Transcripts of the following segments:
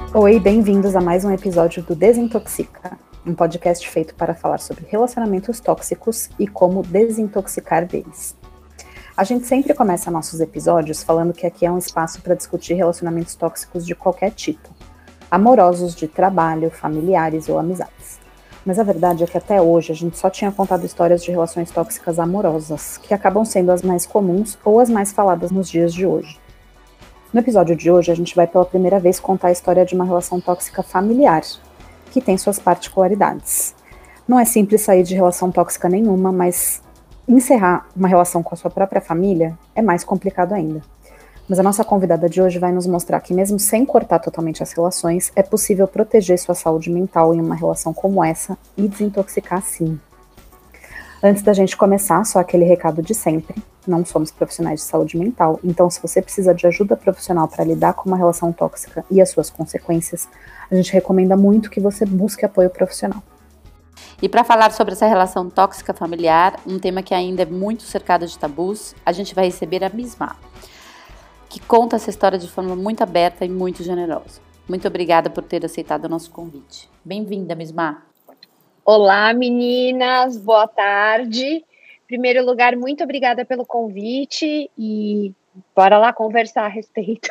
Oi, bem-vindos a mais um episódio do Desintoxica, um podcast feito para falar sobre relacionamentos tóxicos e como desintoxicar deles. A gente sempre começa nossos episódios falando que aqui é um espaço para discutir relacionamentos tóxicos de qualquer tipo, amorosos, de trabalho, familiares ou amizades. Mas a verdade é que até hoje a gente só tinha contado histórias de relações tóxicas amorosas, que acabam sendo as mais comuns ou as mais faladas nos dias de hoje. No episódio de hoje, a gente vai pela primeira vez contar a história de uma relação tóxica familiar, que tem suas particularidades. Não é simples sair de relação tóxica nenhuma, mas encerrar uma relação com a sua própria família é mais complicado ainda. Mas a nossa convidada de hoje vai nos mostrar que mesmo sem cortar totalmente as relações, é possível proteger sua saúde mental em uma relação como essa e desintoxicar sim. Antes da gente começar, só aquele recado de sempre. Não somos profissionais de saúde mental, então se você precisa de ajuda profissional para lidar com uma relação tóxica e as suas consequências, a gente recomenda muito que você busque apoio profissional. E para falar sobre essa relação tóxica familiar, um tema que ainda é muito cercado de tabus, a gente vai receber a Mismá, que conta essa história de forma muito aberta e muito generosa. Muito obrigada por ter aceitado o nosso convite. Bem-vinda, Mismá. Olá, meninas, boa tarde. Em primeiro lugar, muito obrigada pelo convite e bora lá conversar a respeito.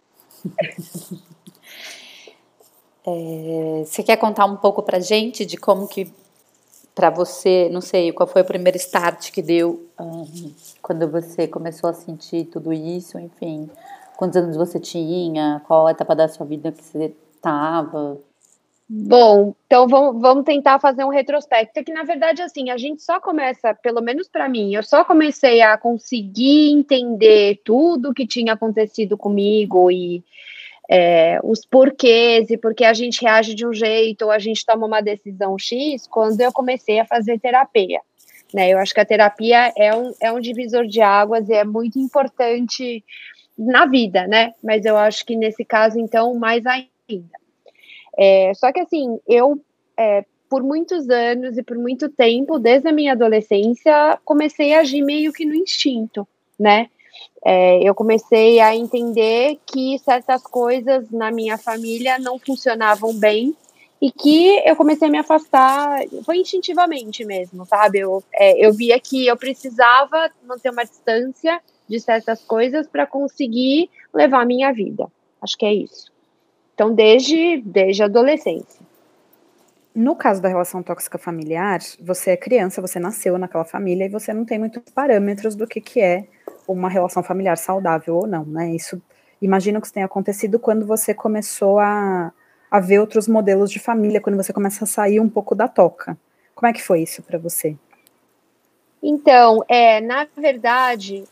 Você quer contar um pouco pra gente de como que, pra você, não sei, qual foi o primeiro start que deu quando você começou a sentir tudo isso, enfim, quantos anos você tinha, qual a etapa da sua vida que você estava? Bom, então vamos tentar fazer um retrospecto. É que, na verdade, assim, a gente só começa, pelo menos para mim, eu só comecei a conseguir entender tudo que tinha acontecido comigo e os porquês e porque a gente reage de um jeito ou a gente toma uma decisão X quando eu comecei a fazer terapia. Né? Eu acho que a terapia é um divisor de águas e é muito importante na vida, né? Mas eu acho que nesse caso, então, mais ainda. Só que assim, por muitos anos e por muito tempo, desde a minha adolescência, comecei a agir meio que no instinto, né? Eu comecei a entender que certas coisas na minha família não funcionavam bem e que eu comecei a me afastar, foi instintivamente mesmo, sabe? Eu via que eu precisava manter uma distância de certas coisas para conseguir levar a minha vida. Acho que é isso. Então, desde a adolescência. No caso da relação tóxica familiar, você é criança, você nasceu naquela família e você não tem muitos parâmetros do que é uma relação familiar saudável ou não, né? Isso, imagino que isso tenha acontecido quando você começou a ver outros modelos de família, quando você começa a sair um pouco da toca. Como é que foi isso para você? Então, na verdade,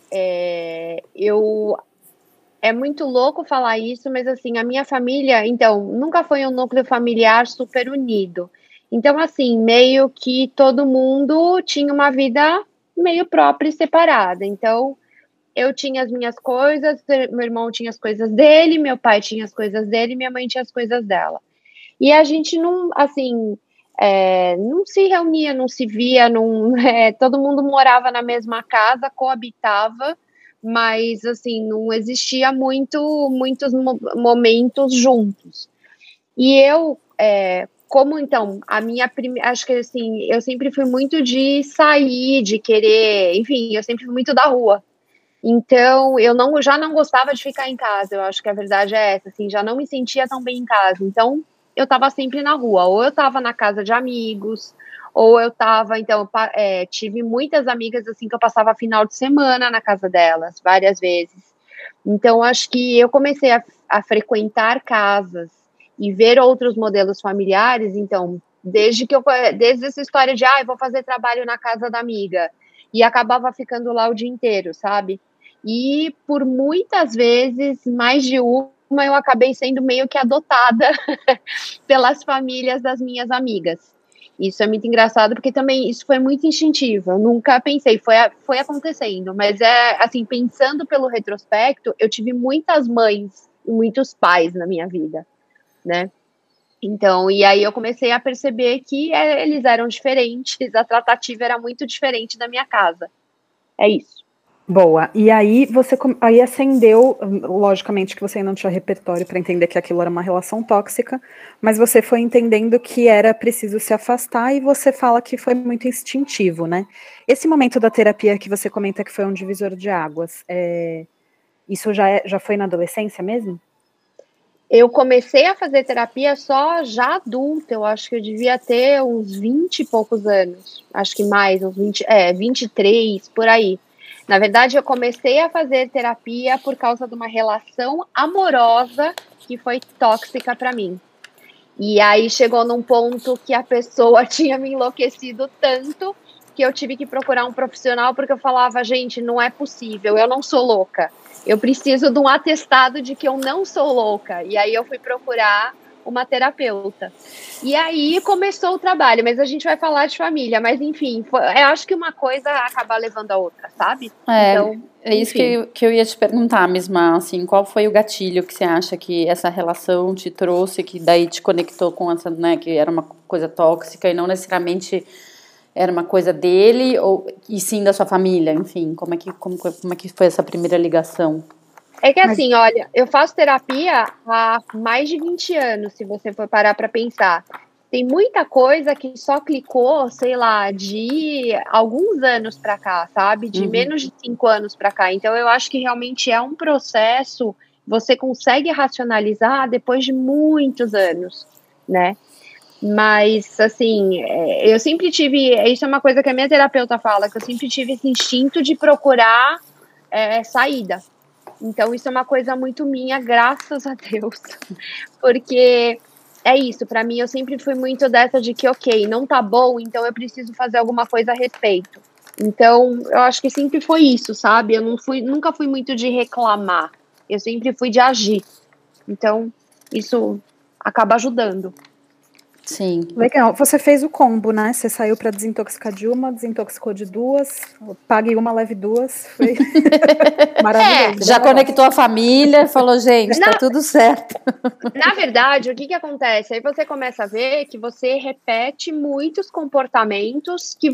é muito louco falar isso, mas assim, a minha família, então, nunca foi um núcleo familiar super unido. Então, assim, meio que todo mundo tinha uma vida meio própria e separada. Então, eu tinha as minhas coisas, meu irmão tinha as coisas dele, meu pai tinha as coisas dele, minha mãe tinha as coisas dela. E a gente não, assim, não se reunia, não se via, não, todo mundo morava na mesma casa, coabitava, mas, assim, não existia muitos momentos juntos. E eu, como, então, acho que, assim, eu sempre fui muito de sair, de querer, enfim, eu sempre fui muito da rua. Então, já não gostava de ficar em casa, eu acho que a verdade é essa, assim, já não me sentia tão bem em casa. Então, eu estava sempre na rua, ou eu estava na casa de amigos, ou eu estava, então, tive muitas amigas, assim, que eu passava final de semana na casa delas, várias vezes. Então, acho que eu comecei a frequentar casas e ver outros modelos familiares, então, desde essa história de, eu vou fazer trabalho na casa da amiga, e acabava ficando lá o dia inteiro, sabe? E por muitas vezes, mais de uma, eu acabei sendo meio que adotada pelas famílias das minhas amigas. Isso é muito engraçado, porque também isso foi muito instintivo. Eu nunca pensei, foi acontecendo. Mas assim, pensando pelo retrospecto, eu tive muitas mães e muitos pais na minha vida, né? Então, e aí eu comecei a perceber que eles eram diferentes, a tratativa era muito diferente da minha casa. É isso. Boa. E aí você aí acendeu, logicamente que você ainda não tinha repertório para entender que aquilo era uma relação tóxica, mas você foi entendendo que era preciso se afastar e você fala que foi muito instintivo, né? Esse momento da terapia que você comenta que foi um divisor de águas, isso já foi na adolescência mesmo? Eu comecei a fazer terapia só já adulta, eu acho que eu devia ter uns 20 e poucos anos, acho que mais, uns 23, por aí. Na verdade, eu comecei a fazer terapia por causa de uma relação amorosa que foi tóxica para mim. E aí chegou num ponto que a pessoa tinha me enlouquecido tanto que eu tive que procurar um profissional porque eu falava, gente, não é possível, eu não sou louca. Eu preciso de um atestado de que eu não sou louca. E aí eu fui procurar uma terapeuta. E aí começou o trabalho, mas a gente vai falar de família. Mas enfim, eu acho que uma coisa acaba levando a outra, sabe? Então, é isso que eu ia te perguntar, Misma, assim, qual foi o gatilho que você acha que essa relação te trouxe, que daí te conectou com essa, né, que era uma coisa tóxica e não necessariamente era uma coisa dele, e sim da sua família, enfim, como é que foi essa primeira ligação? É que assim, olha, eu faço terapia há mais de 20 anos, se você for parar para pensar. Tem muita coisa que só clicou, sei lá, de alguns anos para cá, sabe? De menos de 5 anos para cá. Então, eu acho que realmente é um processo, você consegue racionalizar depois de muitos anos, né? Mas, assim, eu sempre tive. Isso é uma coisa que a minha terapeuta fala, que eu sempre tive esse instinto de procurar saída. Então, isso é uma coisa muito minha, graças a Deus. Porque é isso, para mim, eu sempre fui muito dessa de que, ok, não tá bom, então eu preciso fazer alguma coisa a respeito. Então, eu acho que sempre foi isso, sabe? Eu nunca fui muito de reclamar. Eu sempre fui de agir. Então, isso acaba ajudando. Sim. Legal. Você fez o combo, né? Você saiu para desintoxicar de uma, desintoxicou de duas, pague uma, leve duas. Foi maravilhoso. Já conectou a família, falou, gente, tá tudo certo. Na verdade, o que acontece? Aí você começa a ver que você repete muitos comportamentos que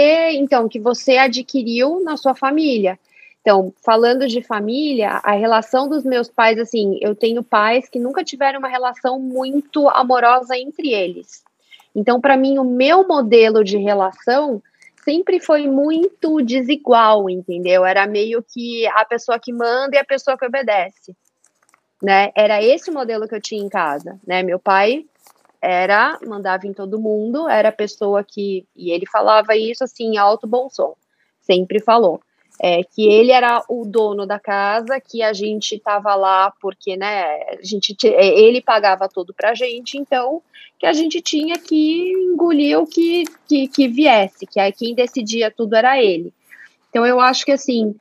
você adquiriu na sua família. Então, falando de família, a relação dos meus pais, assim, eu tenho pais que nunca tiveram uma relação muito amorosa entre eles. Então, para mim, o meu modelo de relação sempre foi muito desigual, entendeu? Era meio que a pessoa que manda e a pessoa que obedece, né? Era esse o modelo que eu tinha em casa, né? Meu pai mandava em todo mundo, era a pessoa que, e ele falava isso assim, alto bom som, sempre falou, que ele era o dono da casa, que a gente tava lá porque, né, ele pagava tudo pra gente, então, que a gente tinha que engolir o que viesse, que aí quem decidia tudo era ele. Então, eu acho que, assim,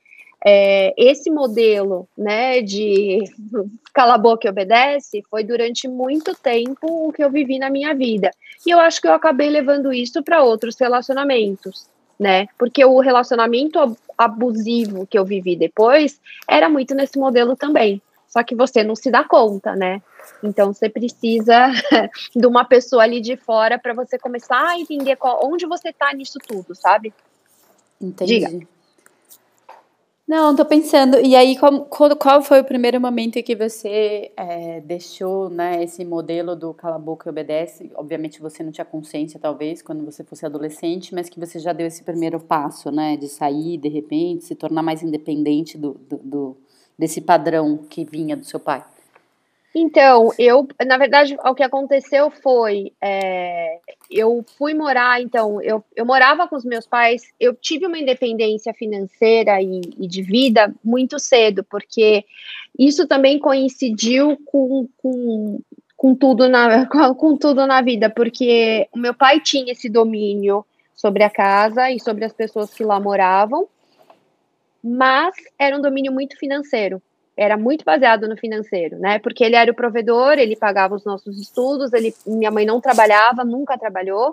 esse modelo, né, de cala a boca e obedece, foi durante muito tempo o que eu vivi na minha vida. E eu acho que eu acabei levando isso para outros relacionamentos, né? Porque o relacionamento abusivo que eu vivi depois era muito nesse modelo também. Só que você não se dá conta, né? Então você precisa de uma pessoa ali de fora para você começar a entender onde você tá nisso tudo, sabe? Entendi. Diga. Não, tô pensando. E aí, qual foi o primeiro momento em que você deixou, né, esse modelo do cala a boca e obedece? Obviamente você não tinha consciência, talvez, quando você fosse adolescente, mas que você já deu esse primeiro passo, né, de sair, de repente, se tornar mais independente desse padrão que vinha do seu pai. Então, na verdade, o que aconteceu foi, eu fui morar, então, eu morava com os meus pais, eu tive uma independência financeira e de vida muito cedo, porque isso também coincidiu com tudo com tudo na vida, porque o meu pai tinha esse domínio sobre a casa e sobre as pessoas que lá moravam, mas era um domínio muito financeiro. Era muito baseado no financeiro, né? Porque ele era o provedor, ele pagava os nossos estudos, minha mãe não trabalhava, nunca trabalhou.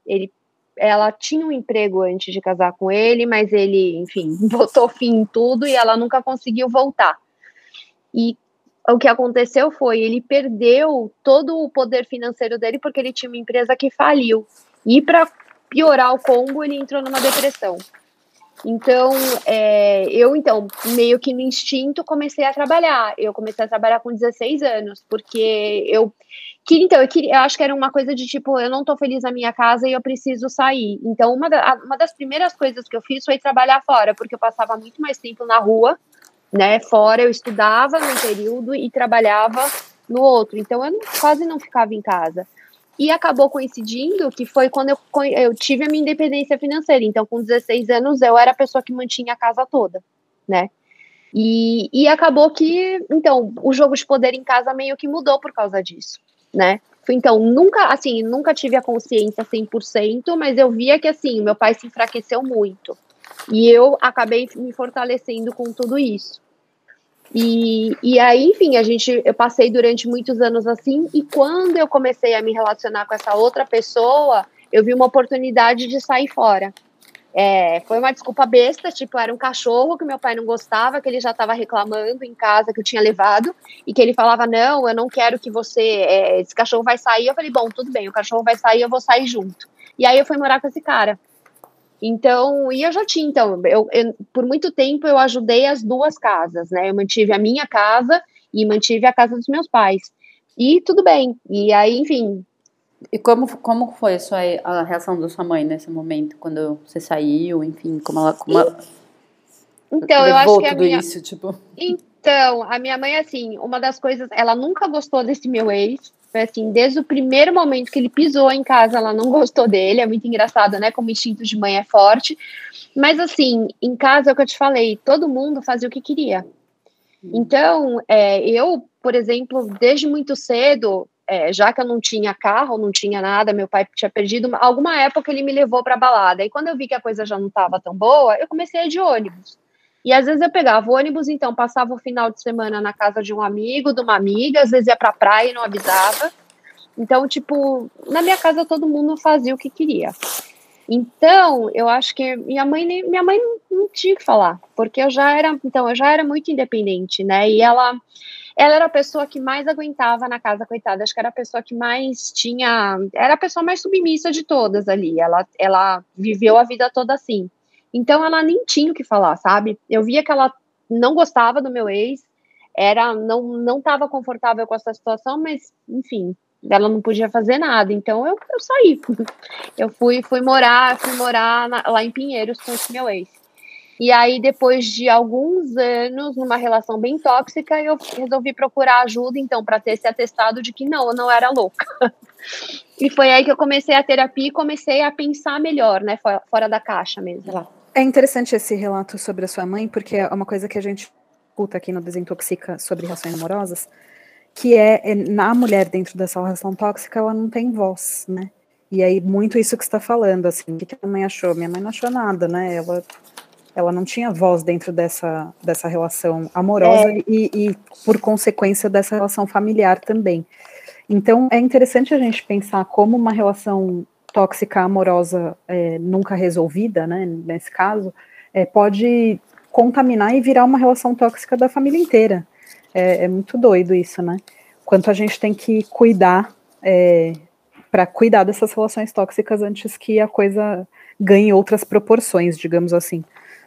Ela tinha um emprego antes de casar com ele, mas ele, enfim, botou fim em tudo e ela nunca conseguiu voltar. E o que aconteceu foi, ele perdeu todo o poder financeiro dele porque ele tinha uma empresa que faliu. E para piorar o combo, ele entrou numa depressão. Então, então, meio que no instinto, comecei a trabalhar. Eu comecei a trabalhar com 16 anos, porque eu acho que era uma coisa de tipo, eu não tô feliz na minha casa e eu preciso sair. Então, uma das primeiras coisas que eu fiz foi trabalhar fora, porque eu passava muito mais tempo na rua, né? Fora, eu estudava num período e trabalhava no outro. Então, quase não ficava em casa. E acabou coincidindo que foi quando eu tive a minha independência financeira. Então, com 16 anos, eu era a pessoa que mantinha a casa toda, né? E acabou que, então, o jogo de poder em casa meio que mudou por causa disso, né? Então, nunca tive a consciência 100%, mas eu via que, assim, meu pai se enfraqueceu muito. E eu acabei me fortalecendo com tudo isso. E aí, enfim, eu passei durante muitos anos assim, e quando eu comecei a me relacionar com essa outra pessoa, eu vi uma oportunidade de sair fora. Foi uma desculpa besta, tipo, era um cachorro que meu pai não gostava, que ele já estava reclamando em casa que eu tinha levado, e que ele falava, não, eu não quero que esse cachorro vai sair. Eu falei, bom, tudo bem, o cachorro vai sair, eu vou sair junto. E aí eu fui morar com esse cara. Então, e eu já tinha, então, por muito tempo eu ajudei as duas casas, né? Eu mantive a minha casa e mantive a casa dos meus pais. E tudo bem. E aí, enfim. E como foi a reação da sua mãe nesse momento, quando você saiu, enfim, como ela então, levou eu acho que tudo isso, tipo... Então, a minha mãe, assim, uma das coisas, ela nunca gostou desse meu ex. Foi assim, desde o primeiro momento que ele pisou em casa, ela não gostou dele. É muito engraçado, né? Como o instinto de mãe é forte. Mas, assim, em casa, é o que eu te falei, todo mundo fazia o que queria. Então, eu, por exemplo, desde muito cedo, já que eu não tinha carro, não tinha nada, meu pai tinha perdido, alguma época ele me levou para balada. E quando eu vi que a coisa já não estava tão boa, eu comecei a ir de ônibus. E às vezes eu pegava o ônibus, então passava o final de semana na casa de um amigo, de uma amiga, às vezes ia pra praia e não avisava. Então, tipo, na minha casa todo mundo fazia o que queria. Então, eu acho que minha mãe não tinha que falar, porque eu já era muito independente, né? E ela era a pessoa que mais aguentava na casa, coitada. Acho que era a pessoa que mais era a pessoa mais submissa de todas ali. Ela viveu a vida toda assim. Então, ela nem tinha o que falar, sabe? Eu via que ela não gostava do meu ex, não estava confortável com essa situação, mas, enfim, ela não podia fazer nada. Então, eu saí. Eu fui morar lá em Pinheiros com esse meu ex. E aí, depois de alguns anos, numa relação bem tóxica, eu resolvi procurar ajuda, então, para ter esse atestado de que eu não era louca. E foi aí que eu comecei a terapia e comecei a pensar melhor, né? Fora da caixa mesmo. É interessante esse relato sobre a sua mãe, porque é uma coisa que a gente escuta aqui no Desintoxica sobre relações amorosas, que na mulher dentro dessa relação tóxica, ela não tem voz, né? E aí, muito isso que você está falando, assim, o que a mãe achou? Minha mãe não achou nada, né? Ela não tinha voz dentro dessa relação amorosa e, por consequência, dessa relação familiar também. Então, é interessante a gente pensar como uma relação tóxica amorosa nunca resolvida, né, nesse caso, pode contaminar e virar uma relação tóxica da família inteira. É muito doido isso, né? Quanto a gente tem que cuidar para cuidar dessas relações tóxicas antes que a coisa ganhe outras proporções, digamos assim.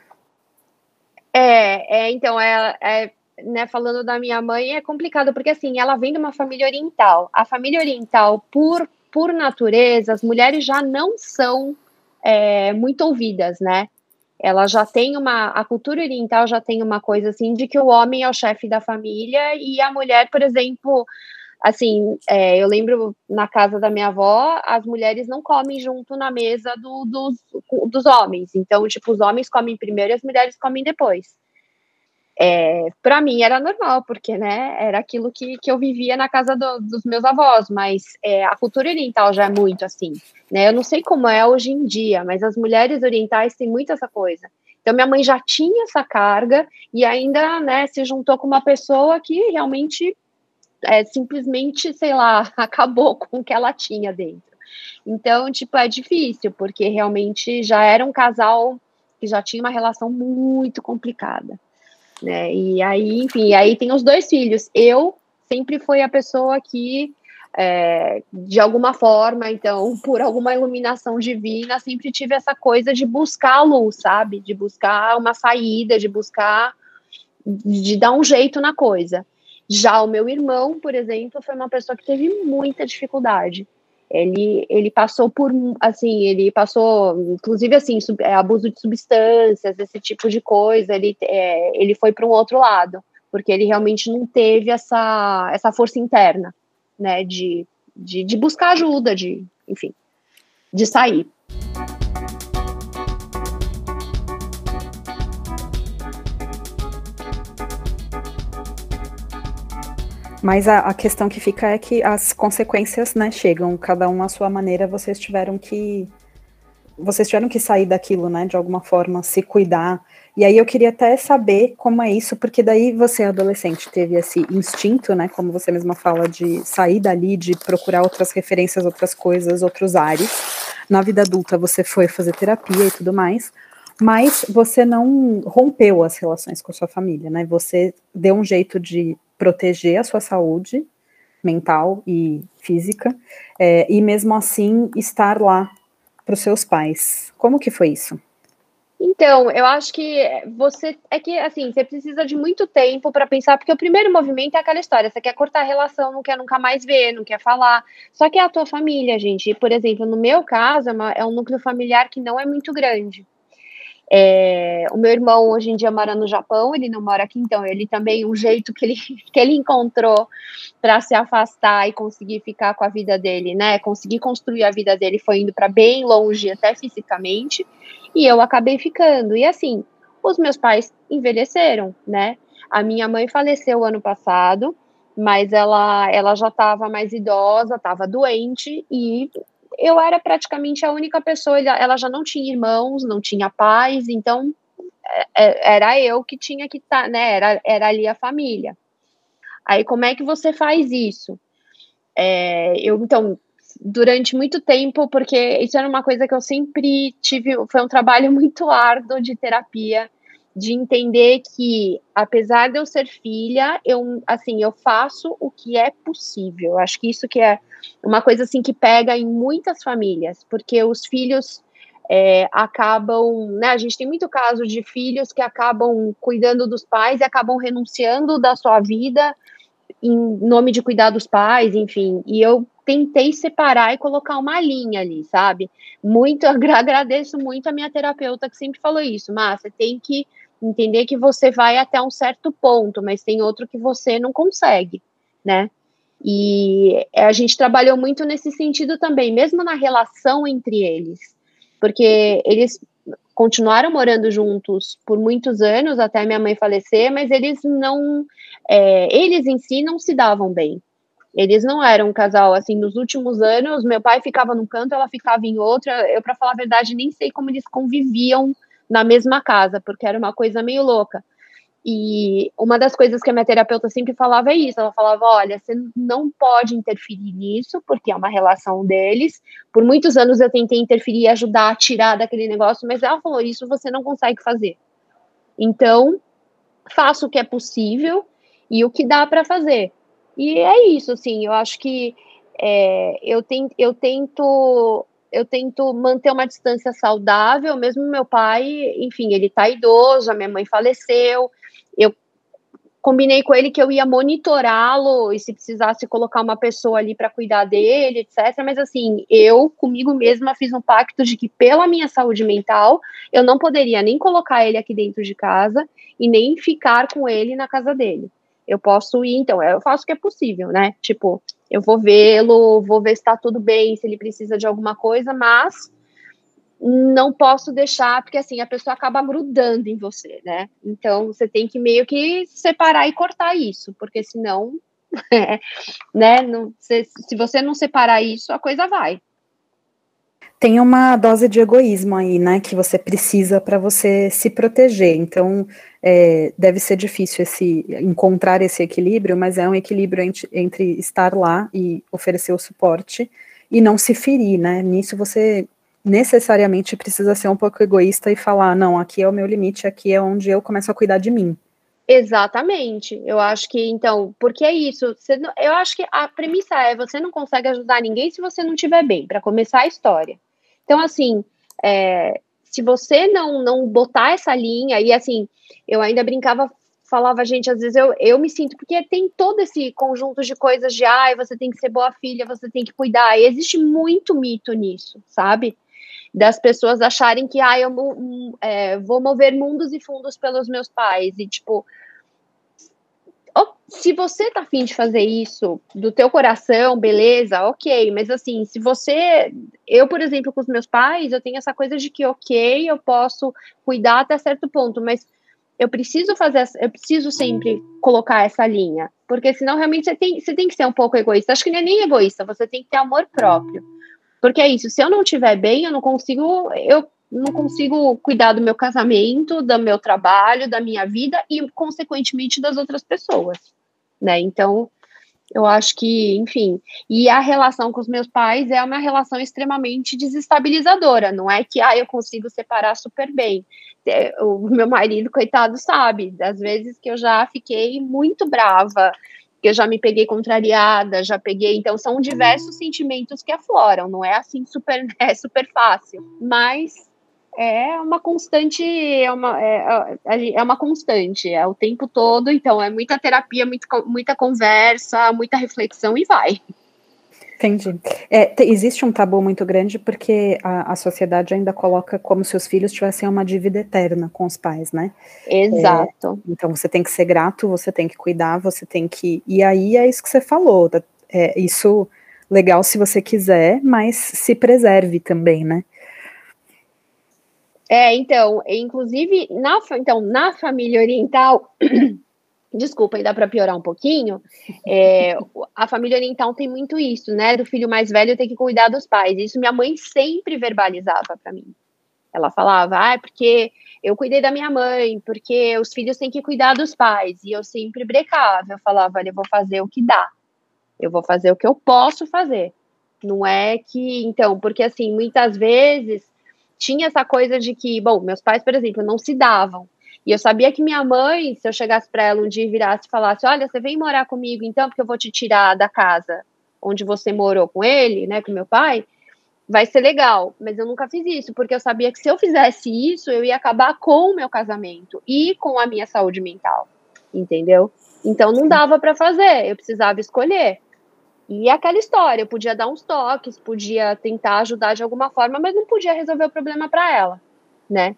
Então, né, falando da minha mãe, é complicado, porque assim, ela vem de uma família oriental. A família oriental, por natureza, as mulheres já não são muito ouvidas, né? Ela já tem a cultura oriental já tem uma coisa assim de que o homem é o chefe da família e a mulher, por exemplo, assim, eu lembro na casa da minha avó, as mulheres não comem junto na mesa dos homens. Então, tipo, os homens comem primeiro e as mulheres comem depois. Para mim era normal, porque, né, era aquilo que eu vivia na casa dos meus avós, mas a cultura oriental já é muito assim, né? Eu não sei como é hoje em dia, mas as mulheres orientais têm muito essa coisa. Então, minha mãe já tinha essa carga e ainda, né, se juntou com uma pessoa que realmente simplesmente, sei lá, acabou com o que ela tinha dentro. Então, tipo, é difícil, porque realmente já era um casal que já tinha uma relação muito complicada, né? E aí, enfim, aí tem os dois filhos. Eu sempre fui a pessoa que de alguma forma, então, por alguma iluminação divina, sempre tive essa coisa de buscar a luz, sabe? De buscar uma saída, de dar um jeito na coisa. Já o meu irmão, por exemplo, foi uma pessoa que teve muita dificuldade. Ele passou inclusive, assim, abuso de substâncias, esse tipo de coisa, ele foi para um outro lado, porque ele realmente não teve essa força interna, né, de buscar ajuda, enfim, de sair. Mas a questão que fica é que as consequências, né, chegam, cada um à sua maneira, vocês tiveram que sair daquilo, né, de alguma forma, se cuidar. E aí eu queria até saber como é isso, porque daí você, adolescente, teve esse instinto, né, como você mesma fala, de sair dali, de procurar outras referências, outras coisas, outros ares. Na vida adulta você foi fazer terapia e tudo mais, mas você não rompeu as relações com a sua família, né, você deu um jeito de proteger a sua saúde mental e física, e mesmo assim estar lá para os seus pais. Como que foi isso? Então, eu acho que você precisa de muito tempo para pensar, porque o primeiro movimento é aquela história, você quer cortar a relação, não quer nunca mais ver, não quer falar, só que é a tua família, gente. E, por exemplo, no meu caso, é um núcleo familiar que não é muito grande. O meu irmão hoje em dia mora no Japão, ele não mora aqui, então ele também, um jeito que ele encontrou para se afastar e conseguir ficar com a vida dele, né, conseguir construir a vida dele, foi indo para bem longe, até fisicamente, e eu acabei ficando. E assim, os meus pais envelheceram, né, a minha mãe faleceu ano passado, mas ela já estava mais idosa, estava doente, e eu era praticamente a única pessoa, ela já não tinha irmãos, não tinha pais, então era eu que tinha que estar, né, era ali a família. Aí como é que você faz isso? Então, durante muito tempo, porque isso era uma coisa que eu sempre tive, foi um trabalho muito árduo de terapia, de entender que, apesar de eu ser filha, eu faço o que é possível. Eu acho que isso que é uma coisa assim que pega em muitas famílias, porque os filhos acabam, né, a gente tem muito caso de filhos que acabam cuidando dos pais e acabam renunciando da sua vida em nome de cuidar dos pais, enfim, e eu tentei separar e colocar uma linha ali, sabe? Agradeço muito a minha terapeuta que sempre falou isso, Márcia, você tem que entender que você vai até um certo ponto, mas tem outro que você não consegue, né? E a gente trabalhou muito nesse sentido também, mesmo na relação entre eles, porque eles continuaram morando juntos por muitos anos, até minha mãe falecer, mas eles em si não se davam bem. Eles não eram um casal, assim, nos últimos anos, meu pai ficava num canto, ela ficava em outra, eu, para falar a verdade, nem sei como eles conviviam na mesma casa, porque era uma coisa meio louca. E uma das coisas que a minha terapeuta sempre falava é isso, ela falava, olha, você não pode interferir nisso, porque é uma relação deles. Por muitos anos eu tentei interferir e ajudar a tirar daquele negócio, mas ela falou, isso você não consegue fazer. Então, faço o que é possível e o que dá para fazer. E é isso, assim, eu acho que eu tento manter uma distância saudável, mesmo meu pai, enfim, ele tá idoso, a minha mãe faleceu, eu combinei com ele que eu ia monitorá-lo e se precisasse colocar uma pessoa ali para cuidar dele, etc. Mas assim, eu comigo mesma fiz um pacto de que pela minha saúde mental, eu não poderia nem colocar ele aqui dentro de casa e nem ficar com ele na casa dele. Eu posso ir, então, eu faço o que é possível, né? Tipo, eu vou vê-lo, vou ver se tá tudo bem, se ele precisa de alguma coisa, mas não posso deixar, porque assim, a pessoa acaba grudando em você, né? Então, você tem que meio que separar e cortar isso, porque senão, né, se você não separar isso, a coisa vai. Tem uma dose de egoísmo aí, né, que você precisa para você se proteger. Então, deve ser difícil encontrar esse equilíbrio, mas é um equilíbrio entre estar lá e oferecer o suporte e não se ferir, né? Nisso você necessariamente precisa ser um pouco egoísta e falar, não, aqui é o meu limite, aqui é onde eu começo a cuidar de mim. Exatamente. Eu acho que, então, porque é isso. Eu acho que a premissa é: você não consegue ajudar ninguém se você não estiver bem, para começar a história. Então, assim, se você não botar essa linha, e assim, eu ainda brincava, falava, gente, às vezes eu me sinto, porque tem todo esse conjunto de coisas de, ai, você tem que ser boa filha, você tem que cuidar, e existe muito mito nisso, sabe? Das pessoas acharem que, eu vou mover mundos e fundos pelos meus pais, e tipo, se você tá afim de fazer isso do teu coração, beleza, ok, mas assim, se você, eu, por exemplo, com os meus pais, eu tenho essa coisa de que, ok, eu posso cuidar até certo ponto, mas eu preciso sempre colocar essa linha, porque senão realmente você tem que ser um pouco egoísta. Acho que não é nem egoísta, você tem que ter amor próprio. Porque é isso, se eu não estiver bem, eu não consigo cuidar do meu casamento, do meu trabalho, da minha vida e, consequentemente, das outras pessoas, né? Então, eu acho que, enfim, e a relação com os meus pais é uma relação extremamente desestabilizadora, não é que, eu consigo separar super bem. O meu marido, coitado, sabe, das vezes que eu já fiquei muito brava, que eu já me peguei contrariada, já peguei, então são diversos sentimentos que afloram, não é assim super, super fácil, mas é uma constante, é uma constante, é o tempo todo, então é muita terapia, muita conversa, muita reflexão e vai. Entendi. Existe um tabu muito grande porque a sociedade ainda coloca como se os filhos tivessem uma dívida eterna com os pais, né? Exato. Então você tem que ser grato, você tem que cuidar, você tem que. E aí é isso que você falou. Isso legal se você quiser, mas se preserve também, né? Então, inclusive, na família oriental, desculpa, aí dá para piorar um pouquinho, a família oriental tem muito isso, né, do filho mais velho ter que cuidar dos pais. Isso minha mãe sempre verbalizava para mim. Ela falava, porque eu cuidei da minha mãe, porque os filhos têm que cuidar dos pais. E eu sempre brecava, eu falava, olha, eu vou fazer o que dá. Eu vou fazer o que eu posso fazer. Não é que, então, porque assim, muitas vezes tinha essa coisa de que, bom, meus pais, por exemplo, não se davam. E eu sabia que minha mãe, se eu chegasse para ela um dia e virasse e falasse, olha, você vem morar comigo então, porque eu vou te tirar da casa onde você morou com ele, né, com meu pai, vai ser legal. Mas eu nunca fiz isso, porque eu sabia que se eu fizesse isso, eu ia acabar com o meu casamento e com a minha saúde mental, entendeu? Então não dava para fazer, eu precisava escolher. E aquela história, eu podia dar uns toques, podia tentar ajudar de alguma forma, mas não podia resolver o problema para ela, né?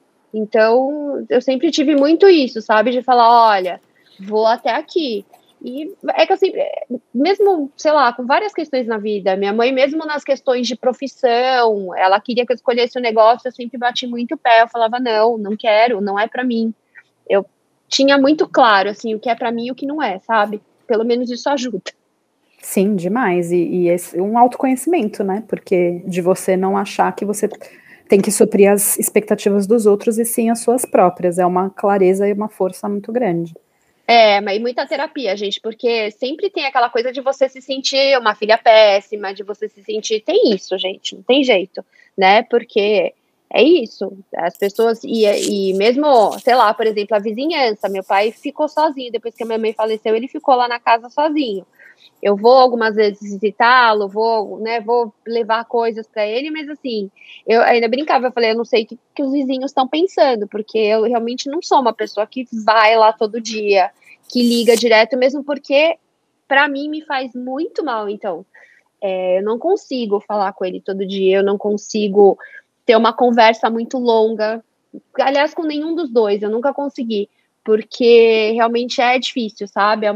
Então, eu sempre tive muito isso, sabe? De falar, olha, vou até aqui. E é que eu sempre, mesmo, sei lá, com várias questões na vida, minha mãe, mesmo nas questões de profissão, ela queria que eu escolhesse um negócio, eu sempre bati muito o pé, eu falava, não, não quero, não é para mim. Eu tinha muito claro, assim, o que é para mim e o que não é, sabe? Pelo menos isso ajuda. Sim, demais. E um autoconhecimento, né? Porque de você não achar que você tem que suprir as expectativas dos outros e sim as suas próprias. É uma clareza e uma força muito grande. Mas muita terapia, gente, porque sempre tem aquela coisa de você se sentir uma filha péssima, de você se sentir. Tem isso, gente, não tem jeito, né? Porque é isso. As pessoas. E mesmo, sei lá, por exemplo, a vizinhança. Meu pai ficou sozinho. Depois que a minha mãe faleceu, ele ficou lá na casa sozinho. Eu vou algumas vezes visitá-lo, vou levar coisas para ele, mas assim, eu ainda brincava, eu falei, eu não sei o que os vizinhos estão pensando, porque eu realmente não sou uma pessoa que vai lá todo dia, que liga direto, mesmo porque para mim me faz muito mal, então, eu não consigo falar com ele todo dia, eu não consigo ter uma conversa muito longa, aliás, com nenhum dos dois, eu nunca consegui, porque realmente é difícil, sabe?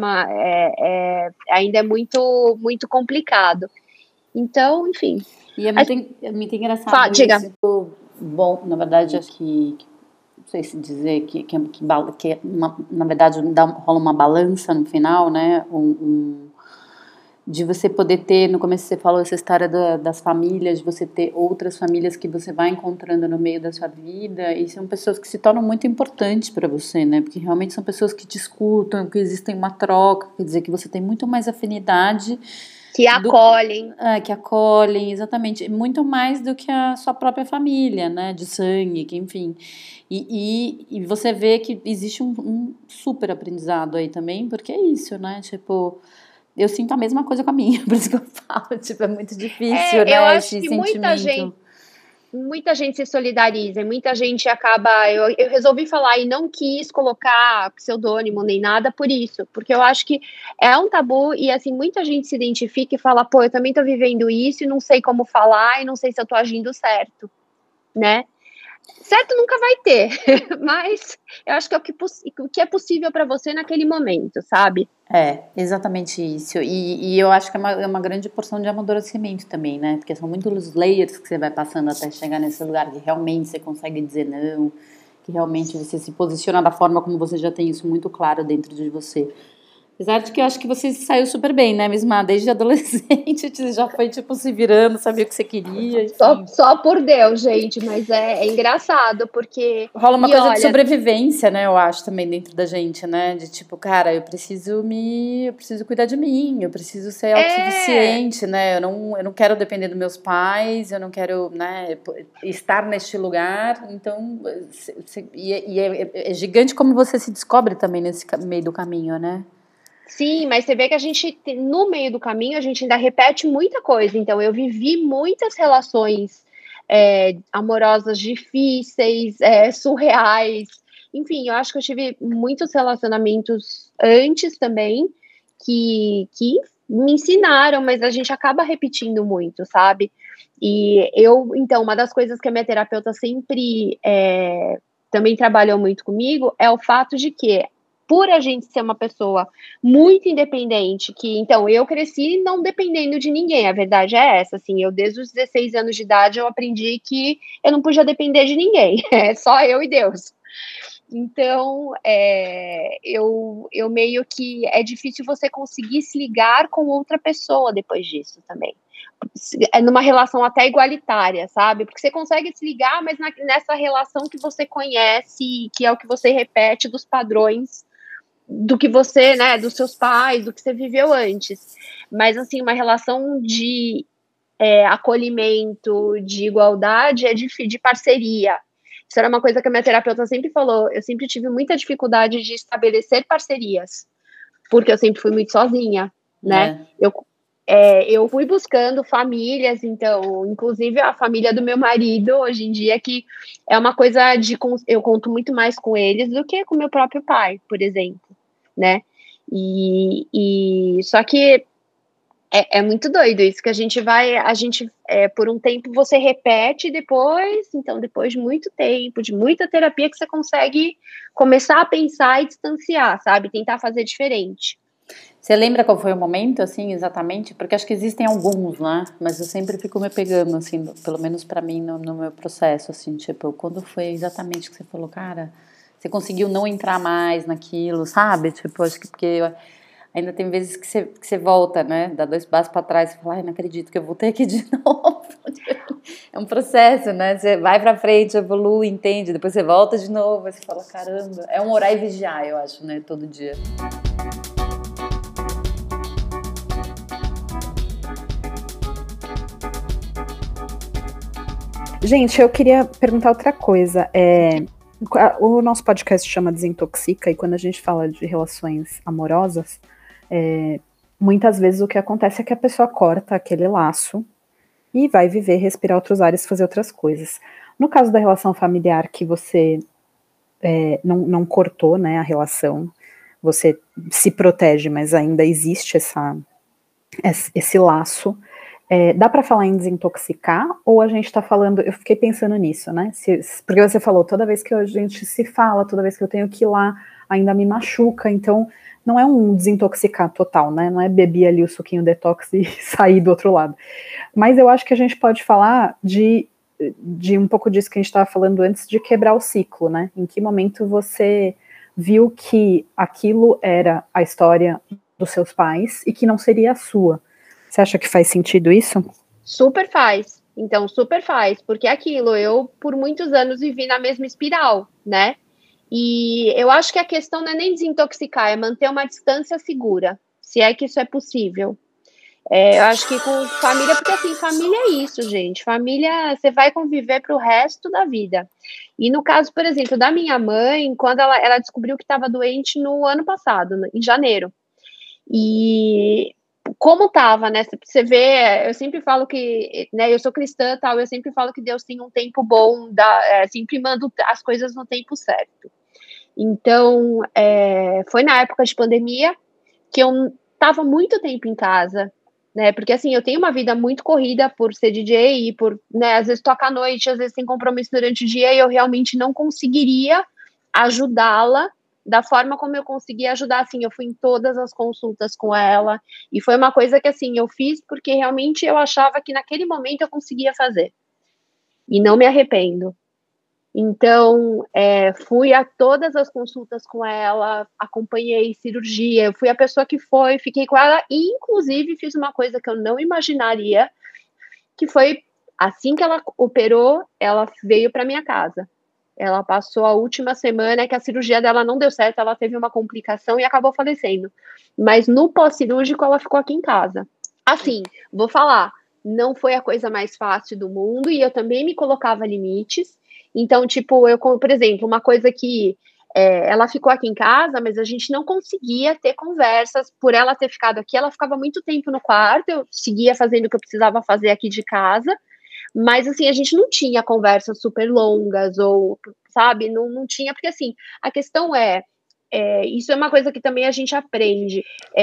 Ainda é muito, muito complicado. Então, enfim. E é muito engraçado Diga. isso. Bom, na verdade, acho que não sei se dizer na verdade rola uma balança no final, né? De você poder ter, no começo você falou essa história das famílias, de você ter outras famílias que você vai encontrando no meio da sua vida, e são pessoas que se tornam muito importantes para você, né? Porque realmente são pessoas que te escutam, que existem uma troca, quer dizer que você tem muito mais afinidade Que acolhem. Que acolhem, exatamente. Muito mais do que a sua própria família, né? De sangue, que enfim. E você vê que existe um super aprendizado aí também, porque é isso, né? Tipo, eu sinto a mesma coisa com a minha, por isso que eu falo, tipo, é muito difícil, né? Eu acho Esse que sentimento. muita gente se solidariza, e muita gente acaba. Eu resolvi falar e não quis colocar pseudônimo nem nada por isso, porque eu acho que é um tabu e assim muita gente se identifica e fala, pô, eu também tô vivendo isso e não sei como falar e não sei se eu tô agindo certo, né? Certo nunca vai ter, mas eu acho que é o que é possível para você naquele momento, sabe? É, exatamente isso. E eu acho que é uma grande porção de amadurecimento também, né? Porque são muitos layers que você vai passando até chegar nesse lugar que realmente você consegue dizer não, que realmente você se posiciona da forma como você já tem isso muito claro dentro de você. Apesar de que eu acho que você saiu super bem, né, Misma? Desde adolescente, você já foi, tipo, se virando, sabia o que você queria, enfim. Só por Deus, gente, mas é engraçado, porque. Rola uma E coisa de olha, sobrevivência, né, eu acho, também dentro da gente, né? De tipo, cara, eu preciso cuidar de mim, eu preciso ser autossuficiente, né? Eu não quero depender dos meus pais, eu não quero, né, estar neste lugar. Então, é gigante como você se descobre também nesse meio do caminho, né? sim, mas você vê que a gente, no meio do caminho, a gente ainda repete muita coisa. Então, eu vivi muitas relações amorosas difíceis, surreais. Enfim, eu acho que eu tive muitos relacionamentos antes também que me ensinaram, mas a gente acaba repetindo muito, sabe? Então, uma das coisas que a minha terapeuta sempre também trabalhou muito comigo é o fato de que, por a gente ser uma pessoa muito independente, que então eu cresci não dependendo de ninguém, a verdade é essa, assim, eu desde os 16 anos de idade eu aprendi que eu não podia depender de ninguém, é só eu e Deus. Então, eu meio que é difícil você conseguir se ligar com outra pessoa depois disso também. É numa relação até igualitária, sabe? Porque você consegue se ligar, mas nessa relação que você conhece, que é o que você repete dos padrões do que você, né, dos seus pais, do que você viveu antes. Mas, assim, uma relação de acolhimento, de igualdade, de parceria. Isso era uma coisa que a minha terapeuta sempre falou. Eu sempre tive muita dificuldade de estabelecer parcerias, porque eu sempre fui muito sozinha, né? Eu fui buscando famílias, então, inclusive a família do meu marido, hoje em dia, que é uma coisa eu conto muito mais com eles do que com meu próprio pai, por exemplo, né? Só que é muito doido isso, que por um tempo você repete depois, então depois de muito tempo, de muita terapia, que você consegue começar a pensar e distanciar, sabe? Tentar fazer diferente. Você lembra qual foi o momento, assim, exatamente? Porque acho que existem alguns, né? Mas eu sempre fico me pegando, assim, pelo menos pra mim, no meu processo, assim, tipo, quando foi exatamente que você falou, cara, você conseguiu não entrar mais naquilo, sabe? Tipo, acho que porque ainda tem vezes que você volta, né? Dá 2 passos pra trás e fala, ai, não acredito que eu voltei aqui de novo. É um processo, né? Você vai pra frente, evolui, entende, depois você volta de novo, aí você fala, caramba. É um orar e vigiar, eu acho, né? Todo dia. Gente, eu queria perguntar outra coisa. O nosso podcast chama Desintoxica, e quando a gente fala de relações amorosas, muitas vezes o que acontece é que a pessoa corta aquele laço e vai viver, respirar outros ares, fazer outras coisas. No caso da relação familiar, que você não cortou, né, a relação, você se protege, mas ainda existe esse laço. Dá para falar em desintoxicar, ou a gente está falando, eu fiquei pensando nisso, né? Porque você falou, toda vez que a gente se fala, toda vez que eu tenho que ir lá, ainda me machuca, então não é um desintoxicar total, né? Não é beber ali o suquinho detox e sair do outro lado. Mas eu acho que a gente pode falar de um pouco disso que a gente estava falando antes, de quebrar o ciclo, né? Em que momento você viu que aquilo era a história dos seus pais e que não seria a sua? Você acha que faz sentido isso? Super faz. Então, super faz. Porque é aquilo, eu por muitos anos vivi na mesma espiral, né? E eu acho que a questão não é nem desintoxicar, é manter uma distância segura, se é que isso é possível. Eu acho que com família, porque assim, família é isso, gente. Família, você vai conviver para o resto da vida. E no caso, por exemplo, da minha mãe, quando ela descobriu que estava doente no ano passado, em janeiro. E como estava, né? Você vê, eu sempre falo que, né? Eu sou cristã, tal. Eu sempre falo que Deus tem um tempo bom, sempre manda as coisas no tempo certo. Então, foi na época de pandemia que eu estava muito tempo em casa, né? Porque assim, eu tenho uma vida muito corrida por ser DJ e por, né, às vezes toca à noite, às vezes tem compromisso durante o dia e eu realmente não conseguiria ajudá-la da forma como eu conseguia ajudar, assim, eu fui em todas as consultas com ela, e foi uma coisa que, assim, eu fiz porque realmente eu achava que naquele momento eu conseguia fazer, e não me arrependo. Então, fui a todas as consultas com ela, acompanhei cirurgia, eu fui a pessoa que foi, fiquei com ela e, inclusive, fiz uma coisa que eu não imaginaria, que foi, assim que ela operou, ela veio para minha casa. Ela passou a última semana que a cirurgia dela não deu certo, ela teve uma complicação e acabou falecendo. Mas no pós-cirúrgico, ela ficou aqui em casa. Assim, vou falar, não foi a coisa mais fácil do mundo e eu também me colocava limites. Então, tipo, por exemplo, uma coisa que ela ficou aqui em casa, mas a gente não conseguia ter conversas. Por ela ter ficado aqui, ela ficava muito tempo no quarto, eu seguia fazendo o que eu precisava fazer aqui de casa, mas assim, a gente não tinha conversas super longas, ou, sabe, não tinha, porque assim, a questão isso é uma coisa que também a gente aprende,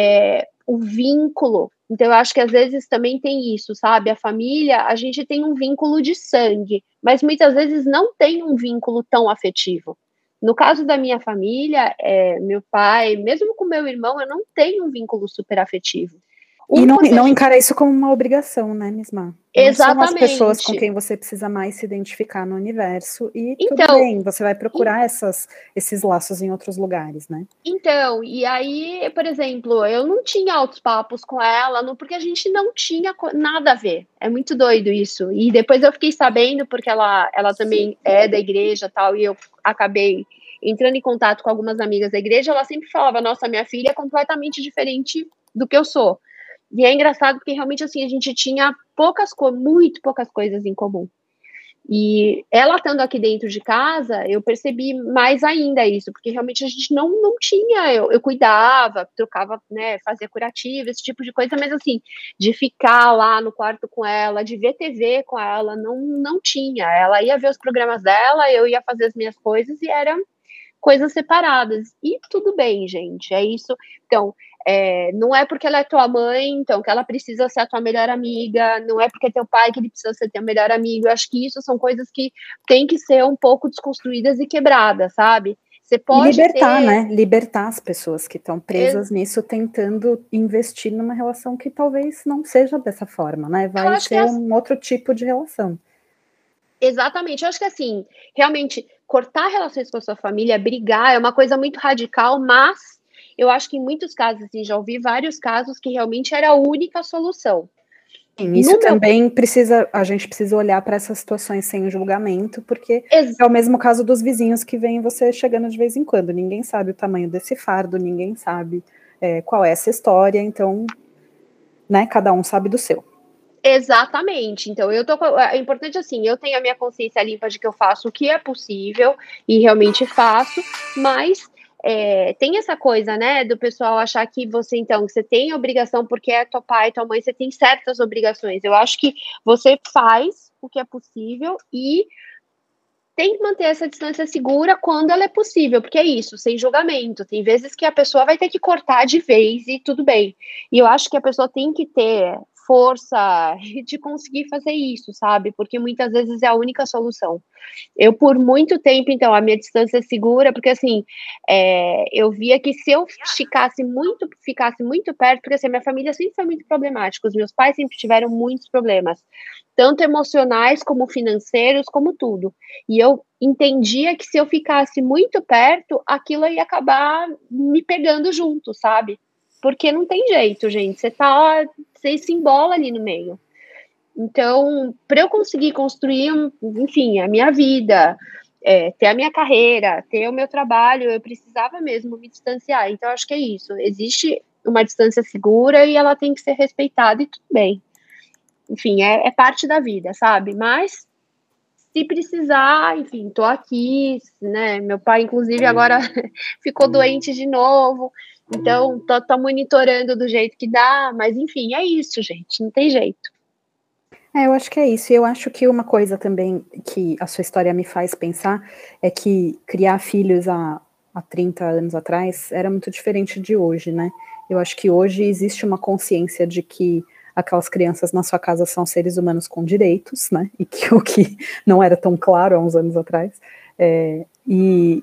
o vínculo. Então, eu acho que às vezes também tem isso, sabe? A família, a gente tem um vínculo de sangue, mas muitas vezes não tem um vínculo tão afetivo. No caso da minha família, meu pai, mesmo com meu irmão, eu não tenho um vínculo super afetivo. E não encara isso como uma obrigação, né, Misma? Exatamente. Não são as pessoas com quem você precisa mais se identificar no universo e então, tudo bem, você vai procurar esses laços em outros lugares, né? Então, e aí, por exemplo, eu não tinha altos papos com ela, porque a gente não tinha nada a ver. É muito doido isso. E depois eu fiquei sabendo, porque ela também é da igreja e tal, e eu acabei entrando em contato com algumas amigas da igreja, ela sempre falava, nossa, minha filha é completamente diferente do que eu sou. E é engraçado porque realmente assim a gente tinha muito poucas coisas em comum. E ela estando aqui dentro de casa, eu percebi mais ainda isso, porque realmente a gente não tinha, eu cuidava, trocava, né, fazia curativo, esse tipo de coisa, mas assim, de ficar lá no quarto com ela, de ver TV com ela, não tinha. Ela ia ver os programas dela, eu ia fazer as minhas coisas e eram coisas separadas. E tudo bem, gente, é isso. Então, não é porque ela é tua mãe, então, que ela precisa ser a tua melhor amiga, não é porque é teu pai que ele precisa ser teu melhor amigo. Eu acho que isso são coisas que têm que ser um pouco desconstruídas e quebradas, sabe? Você pode libertar, né? Libertar as pessoas que estão presas nisso, tentando investir numa relação que talvez não seja dessa forma, né? Vai ser um outro tipo de relação. Exatamente. Eu acho que assim, realmente, cortar relações com a sua família, brigar, é uma coisa muito radical, mas eu acho que em muitos casos, assim, já ouvi vários casos que realmente era a única solução. Sim, isso também a gente precisa olhar para essas situações sem julgamento, porque é o mesmo caso dos vizinhos que veem você chegando de vez em quando. Ninguém sabe o tamanho desse fardo, ninguém sabe qual é essa história, então, né, cada um sabe do seu. Exatamente. Então, é importante assim, eu tenho a minha consciência limpa de que eu faço o que é possível e realmente faço, mas tem essa coisa, né, do pessoal achar que você tem obrigação porque é teu pai, tua mãe, você tem certas obrigações. Eu acho que você faz o que é possível e tem que manter essa distância segura quando ela é possível, porque é isso, sem julgamento. Tem vezes que a pessoa vai ter que cortar de vez e tudo bem. E eu acho que a pessoa tem que ter força de conseguir fazer isso, sabe? Porque muitas vezes é a única solução. Eu, por muito tempo, então, a minha distância é segura, porque assim, eu via que se eu ficasse muito perto, porque assim, minha família sempre foi muito problemática, os meus pais sempre tiveram muitos problemas, tanto emocionais como financeiros, como tudo. E eu entendia que se eu ficasse muito perto, aquilo ia acabar me pegando junto, sabe? Porque não tem jeito, gente. Você se embola ali no meio. Então, para eu conseguir construir, enfim, a minha vida, ter a minha carreira, ter o meu trabalho, eu precisava mesmo me distanciar. Então, acho que é isso. Existe uma distância segura e ela tem que ser respeitada e tudo bem. Enfim, é parte da vida, sabe? Mas se precisar, enfim, tô aqui, né? Meu pai, inclusive, agora ficou doente de novo, então tô monitorando do jeito que dá, mas enfim, é isso, gente, não tem jeito. Eu acho que é isso. E eu acho que uma coisa também que a sua história me faz pensar é que criar filhos há 30 anos atrás era muito diferente de hoje, né? Eu acho que hoje existe uma consciência de que aquelas crianças na sua casa são seres humanos com direitos, né? E que o que não era tão claro há uns anos atrás. E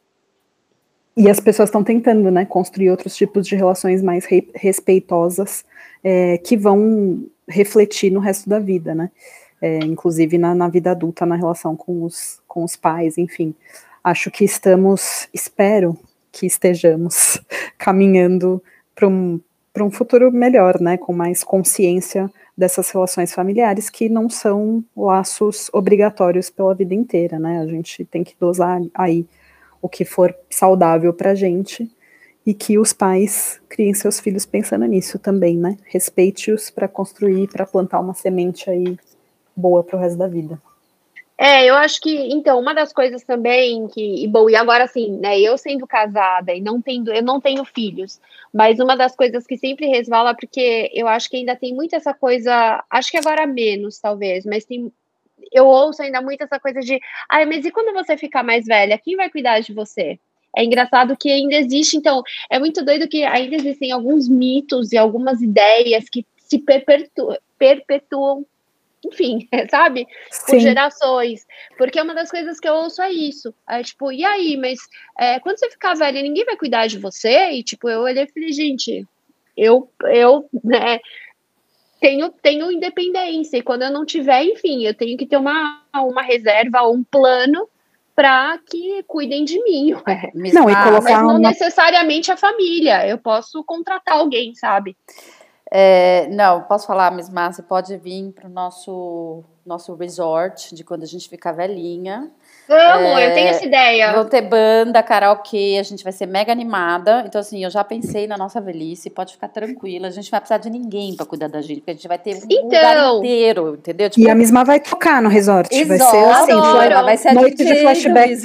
as pessoas estão tentando, né, construir outros tipos de relações mais respeitosas que vão refletir no resto da vida, né? Inclusive na vida adulta, na relação com os pais, enfim. Acho que espero que estejamos caminhando para um futuro melhor, né? Com mais consciência dessas relações familiares que não são laços obrigatórios pela vida inteira, né? A gente tem que dosar aí o que for saudável pra gente, e que os pais criem seus filhos pensando nisso também, né? Respeite-os para construir, para plantar uma semente aí boa pro resto da vida. Eu acho que, então, uma das coisas também e agora assim, né, eu sendo casada e eu não tenho filhos, mas uma das coisas que sempre resvala, porque eu acho que ainda tem muito essa coisa, acho que agora menos, talvez, mas eu ouço ainda muito essa coisa de, mas e quando você ficar mais velha, quem vai cuidar de você? É engraçado que ainda existe, então, é muito doido que ainda existem alguns mitos e algumas ideias que se perpetuam, enfim, sabe? Por gerações. Porque uma das coisas que eu ouço é isso. Tipo, e aí, mas quando você ficar velha, ninguém vai cuidar de você? E, tipo, eu olhei e falei, gente, eu né, tenho independência, e quando eu não tiver, enfim, eu tenho que ter uma reserva, um plano para que cuidem de mim. Não, e colocar mas não necessariamente a família, eu posso contratar alguém, sabe? Não, posso falar, Miss Má, você pode vir para o nosso resort de quando a gente ficar velhinha. Eu tenho essa ideia. Vão ter banda, karaokê, a gente vai ser mega animada. Então, assim, eu já pensei na nossa velhice, pode ficar tranquila. A gente não vai precisar de ninguém pra cuidar da gente, porque a gente vai ter um lugar inteiro, entendeu? Tipo, e a mesma vai tocar no resort. Vai ser assim, vai ser a noite de flashback.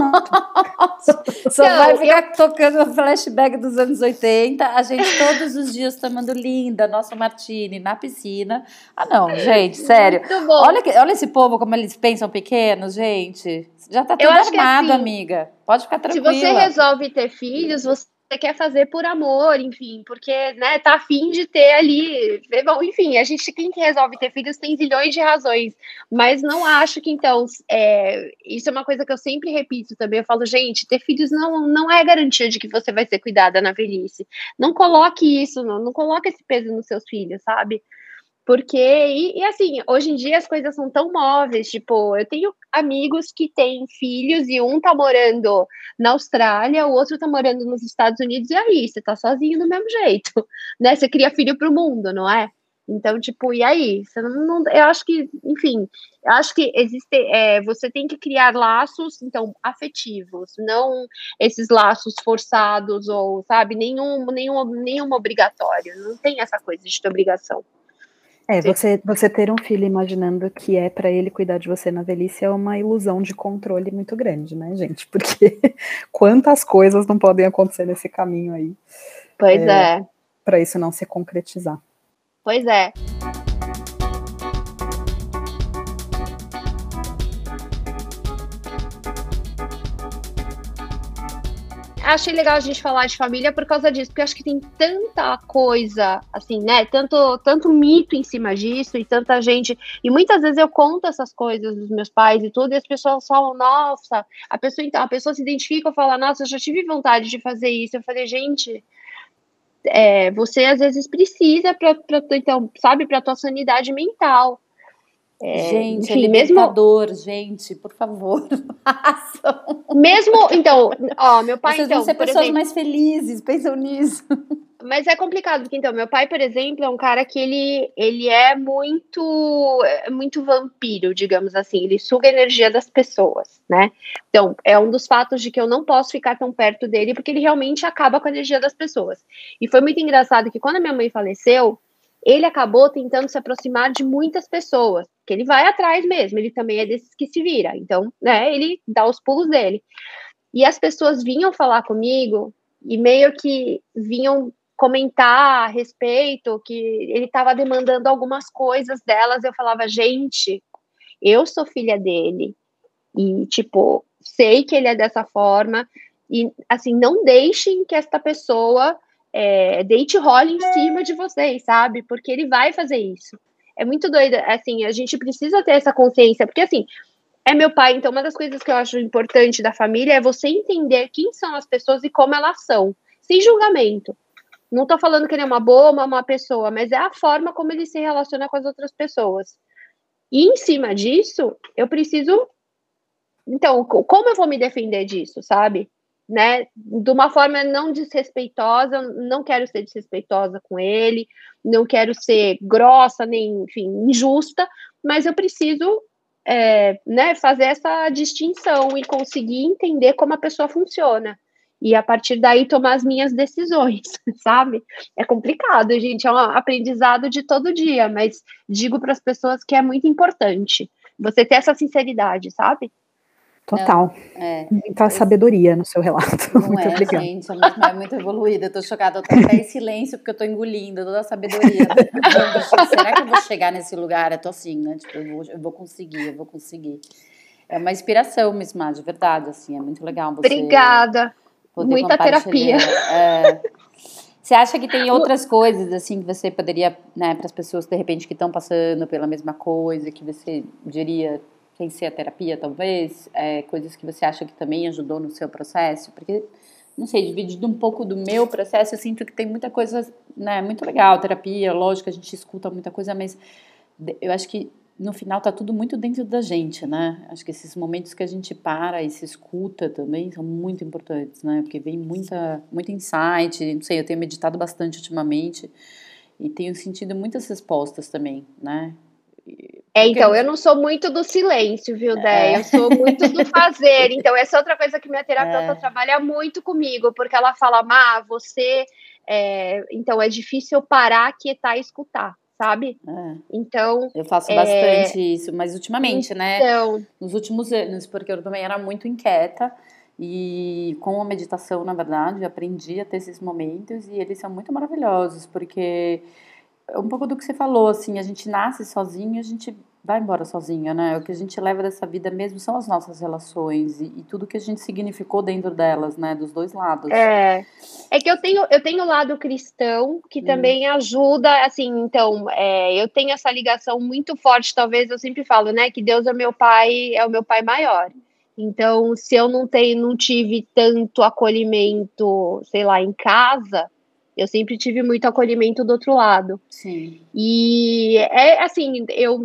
Só vai ficar tocando o flashback dos anos 80, a gente todos os dias tomando linda, nosso martini na piscina. Não, gente, sério. Olha esse povo, como eles pensam pequenos, gente. Já tá tudo armado, assim, amiga. Pode ficar tranquila. Se você resolve ter filhos, você quer fazer por amor, enfim, porque, né, tá afim de ter ali. Bom, enfim, quem que resolve ter filhos tem zilhões de razões, mas não acho que, então, isso é uma coisa que eu sempre repito também. Eu falo, gente, ter filhos não é garantia de que você vai ser cuidada na velhice. Não coloque isso, não coloque esse peso nos seus filhos, sabe? Porque, assim, hoje em dia as coisas são tão móveis, tipo, eu tenho amigos que têm filhos e um tá morando na Austrália, o outro tá morando nos Estados Unidos, e aí, você tá sozinho do mesmo jeito, né? Você cria filho pro mundo, não é? Então, tipo, e aí? Você eu acho que, enfim, eu acho que você tem que criar laços, então, afetivos, não esses laços forçados ou, sabe, nenhum obrigatório, não tem essa coisa de ter obrigação. Você ter um filho imaginando que é para ele cuidar de você na velhice é uma ilusão de controle muito grande, né, gente? Porque quantas coisas não podem acontecer nesse caminho aí. Pois é. Para isso não se concretizar. Pois é. Achei legal a gente falar de família por causa disso, porque acho que tem tanta coisa, assim, né, tanto mito em cima disso, e tanta gente, e muitas vezes eu conto essas coisas dos meus pais e tudo, e as pessoas falam, nossa, a pessoa se identifica e fala, nossa, eu já tive vontade de fazer isso. Eu falei, gente, você às vezes precisa então, sabe, pra tua sanidade mental. Gente, enfim, é libertador, gente, por favor, façam. Mesmo, então, meu pai... Vocês vão ser pessoas mais felizes, pensam nisso. Mas é complicado, porque então, meu pai, por exemplo, é um cara que ele é muito vampiro, digamos assim, ele suga a energia das pessoas, né? Então, é um dos fatos de que eu não posso ficar tão perto dele, porque ele realmente acaba com a energia das pessoas. E foi muito engraçado que quando a minha mãe faleceu, ele acabou tentando se aproximar de muitas pessoas, que ele vai atrás mesmo, ele também é desses que se vira, então, né, ele dá os pulos dele. E as pessoas vinham falar comigo e meio que vinham comentar a respeito, que ele estava demandando algumas coisas delas. Eu falava, gente, eu sou filha dele e, tipo, sei que ele é dessa forma e, assim, não deixem que esta pessoa deite role em cima de vocês, sabe? Porque ele vai fazer isso. É muito doido, assim, a gente precisa ter essa consciência, porque, assim, é meu pai, então uma das coisas que eu acho importante da família é você entender quem são as pessoas e como elas são, sem julgamento. Não tô falando que ele é uma boa ou uma má pessoa, mas é a forma como ele se relaciona com as outras pessoas. E em cima disso, eu preciso. Então, como eu vou me defender disso, sabe? Né? De uma forma não desrespeitosa, não quero ser desrespeitosa com ele, não quero ser grossa, nem, enfim, injusta, mas eu preciso né, fazer essa distinção e conseguir entender como a pessoa funciona. E a partir daí tomar as minhas decisões, sabe? É complicado, gente, é um aprendizado de todo dia, mas digo para as pessoas que é muito importante você ter essa sinceridade, sabe? Total. Muita sabedoria no seu relato. Não Muito é, obrigada. gente, a minha mãe é muito evoluída, eu tô chocada, eu tô até em silêncio porque eu tô engolindo toda a sabedoria. Será que eu vou chegar nesse lugar? Eu tô assim, né, tipo, eu vou conseguir. É uma inspiração, Miss Má, de verdade, assim, é muito legal você... Obrigada. Poder Muita terapia. Você acha que tem outras coisas, assim, que você poderia, né, para as pessoas, de repente, que estão passando pela mesma coisa, que você diria... sem ser a terapia, talvez, coisas que você acha que também ajudou no seu processo, porque, não sei, dividindo um pouco do meu processo, eu sinto que tem muita coisa, né, muito legal, terapia, lógico, a gente escuta muita coisa, mas eu acho que no final tá tudo muito dentro da gente, né, acho que esses momentos que a gente para e se escuta também são muito importantes, né, porque vem muito insight, não sei, eu tenho meditado bastante ultimamente e tenho sentido muitas respostas também, né. Então, eu não sou muito do silêncio, viu, Dé? Eu sou muito do fazer. Então, essa é outra coisa que minha terapeuta trabalha muito comigo, porque ela fala, Má, você... Então, é difícil eu parar, quietar e escutar, sabe? Então... Eu faço bastante isso, mas ultimamente, né? Então... Nos últimos anos, porque eu também era muito inquieta e com a meditação, na verdade, eu aprendi a ter esses momentos e eles são muito maravilhosos, porque... é um pouco do que você falou, assim, a gente nasce sozinho e a gente vai embora sozinha, né? O que a gente leva dessa vida mesmo são as nossas relações e tudo que a gente significou dentro delas, né? Dos dois lados. É que eu tenho o lado cristão que também ajuda, assim, então, eu tenho essa ligação muito forte, talvez eu sempre falo, né? Que Deus é o meu pai maior. Então, se eu não tive tanto acolhimento, sei lá, em casa, eu sempre tive muito acolhimento do outro lado. Sim. E assim,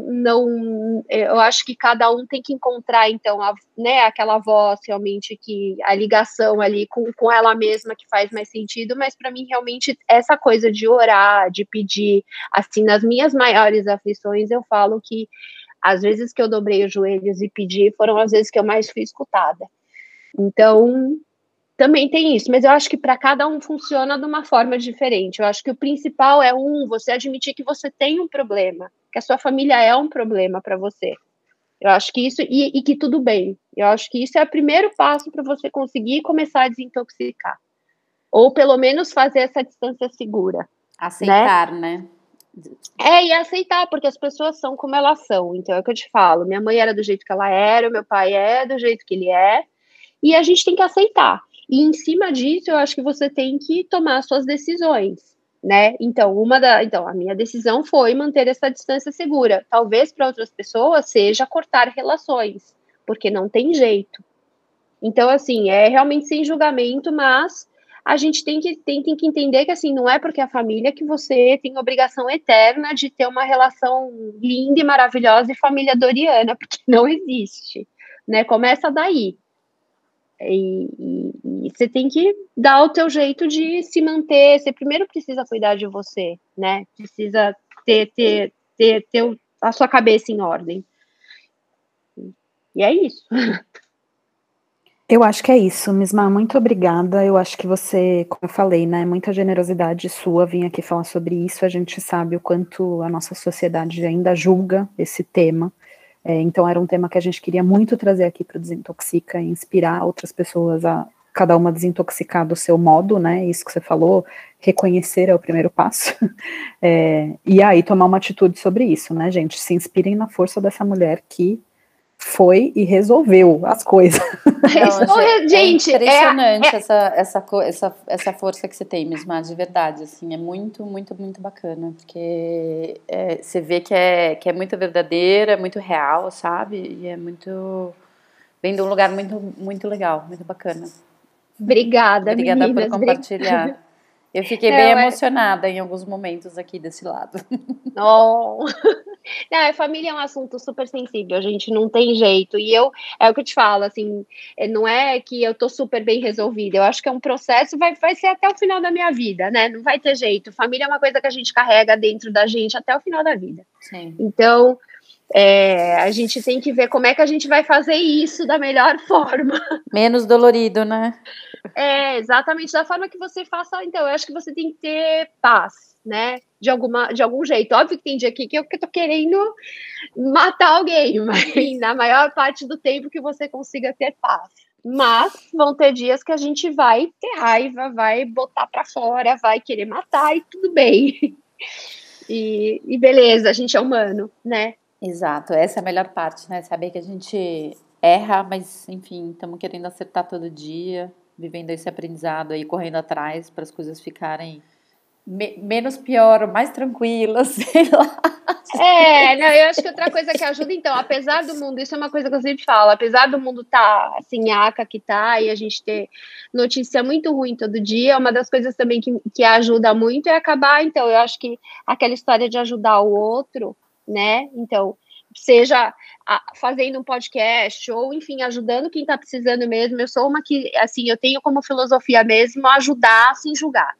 eu acho que cada um tem que encontrar, então, né, aquela voz realmente que a ligação ali com ela mesma que faz mais sentido, mas para mim realmente essa coisa de orar, de pedir, assim, nas minhas maiores aflições, eu falo que as vezes que eu dobrei os joelhos e pedi foram as vezes que eu mais fui escutada. Então, também tem isso, mas eu acho que para cada um funciona de uma forma diferente. Eu acho que o principal é você admitir que você tem um problema, que a sua família é um problema para você. Eu acho que isso, e que tudo bem. Eu acho que isso é o primeiro passo para você conseguir começar a desintoxicar. Ou pelo menos fazer essa distância segura. Aceitar, né? E aceitar, porque as pessoas são como elas são. Então é o que eu te falo. Minha mãe era do jeito que ela era, meu pai é do jeito que ele é, e a gente tem que aceitar. E em cima disso, eu acho que você tem que tomar suas decisões, né? Então, a minha decisão foi manter essa distância segura. Talvez para outras pessoas seja cortar relações, porque não tem jeito. Então, assim, é realmente sem julgamento, mas a gente tem que entender que, assim, não é porque é a família que você tem obrigação eterna de ter uma relação linda e maravilhosa e família doriana, porque não existe, né? Começa daí. E você tem que dar o teu jeito de se manter. Você primeiro precisa cuidar de você, né? Precisa ter a sua cabeça em ordem. E é isso. Eu acho que é isso, Misma, muito obrigada. Eu acho que você, como eu falei, né, muita generosidade sua vir aqui falar sobre isso. A gente sabe o quanto a nossa sociedade ainda julga esse tema. Então era um tema que a gente queria muito trazer aqui para o Desintoxica e inspirar outras pessoas a cada uma desintoxicar do seu modo, né? Isso que você falou, reconhecer é o primeiro passo. E aí tomar uma atitude sobre isso, né, gente? Se inspirem na força dessa mulher que foi e resolveu as coisas. Não, gente, é impressionante essa força que você tem, Misma, de verdade, assim, é muito, muito, muito bacana, porque você vê que é muito verdadeira, é muito real, sabe, e é muito, vem de um lugar muito, muito legal, muito bacana. Obrigada, meninas, por compartilhar. Eu fiquei bem emocionada em alguns momentos aqui desse lado. Oh. Não, a família é um assunto super sensível, a gente não tem jeito. E é o que eu te falo, assim, não é que eu tô super bem resolvida. Eu acho que é um processo, vai ser até o final da minha vida, né? Não vai ter jeito. Família é uma coisa que a gente carrega dentro da gente até o final da vida. Sim. Então, a gente tem que ver como é que a gente vai fazer isso da melhor forma. Menos dolorido, né? Exatamente da forma que você faça. Então, eu acho que você tem que ter paz, né? De algum jeito. Óbvio que tem dia aqui que eu tô querendo matar alguém, mas na maior parte do tempo que você consiga ter paz. Mas vão ter dias que a gente vai ter raiva, vai botar pra fora, vai querer matar e tudo bem. E beleza, a gente é humano, né? Exato, essa é a melhor parte, né? Saber que a gente erra, mas enfim, estamos querendo acertar todo dia, vivendo esse aprendizado aí, correndo atrás para as coisas ficarem menos pior, mais tranquilas, sei lá. Não, eu acho que outra coisa que ajuda, então, apesar do mundo, isso é uma coisa que eu sempre falo, apesar do mundo tá assim, aca que tá, e a gente ter notícia muito ruim todo dia, uma das coisas também que ajuda muito é acabar, então, eu acho que aquela história de ajudar o outro, né, então, seja fazendo um podcast, ou enfim, ajudando quem tá precisando mesmo, eu sou uma que, assim, eu tenho como filosofia mesmo ajudar sem julgar.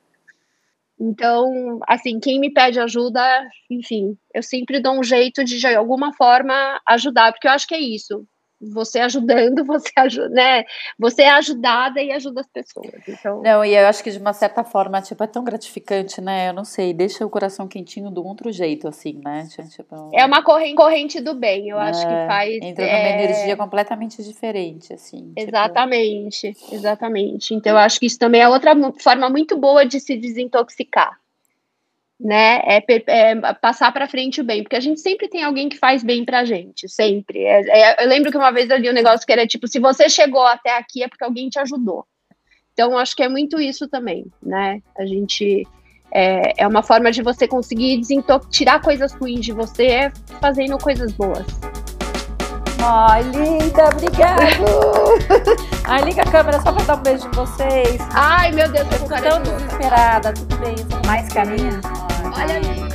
Então, assim, quem me pede ajuda, enfim, eu sempre dou um jeito de alguma forma ajudar, porque eu acho que é isso. Você ajudando, você ajuda, né? Você é ajudada e ajuda as pessoas. Então... Não, e eu acho que de uma certa forma, tipo, é tão gratificante, né? Eu não sei, deixa o coração quentinho de um outro jeito, assim, né? Tipo, é uma corrente do bem, eu acho que faz... Entra numa energia completamente diferente, assim. Exatamente, exatamente. Então, eu acho que isso também é outra forma muito boa de se desintoxicar. Né, passar para frente o bem, porque a gente sempre tem alguém que faz bem pra gente, sempre. Eu lembro que uma vez eu li um negócio que era tipo, se você chegou até aqui é porque alguém te ajudou. Então, acho que é muito isso também, né, a gente, é uma forma de você conseguir tirar coisas ruins de você fazendo coisas boas. Ai, linda, obrigado! Ai, liga a câmera só pra dar um beijo em vocês. Ai, meu Deus, eu tô tão desesperada, tudo bem. Mais que a minha? Olha ali.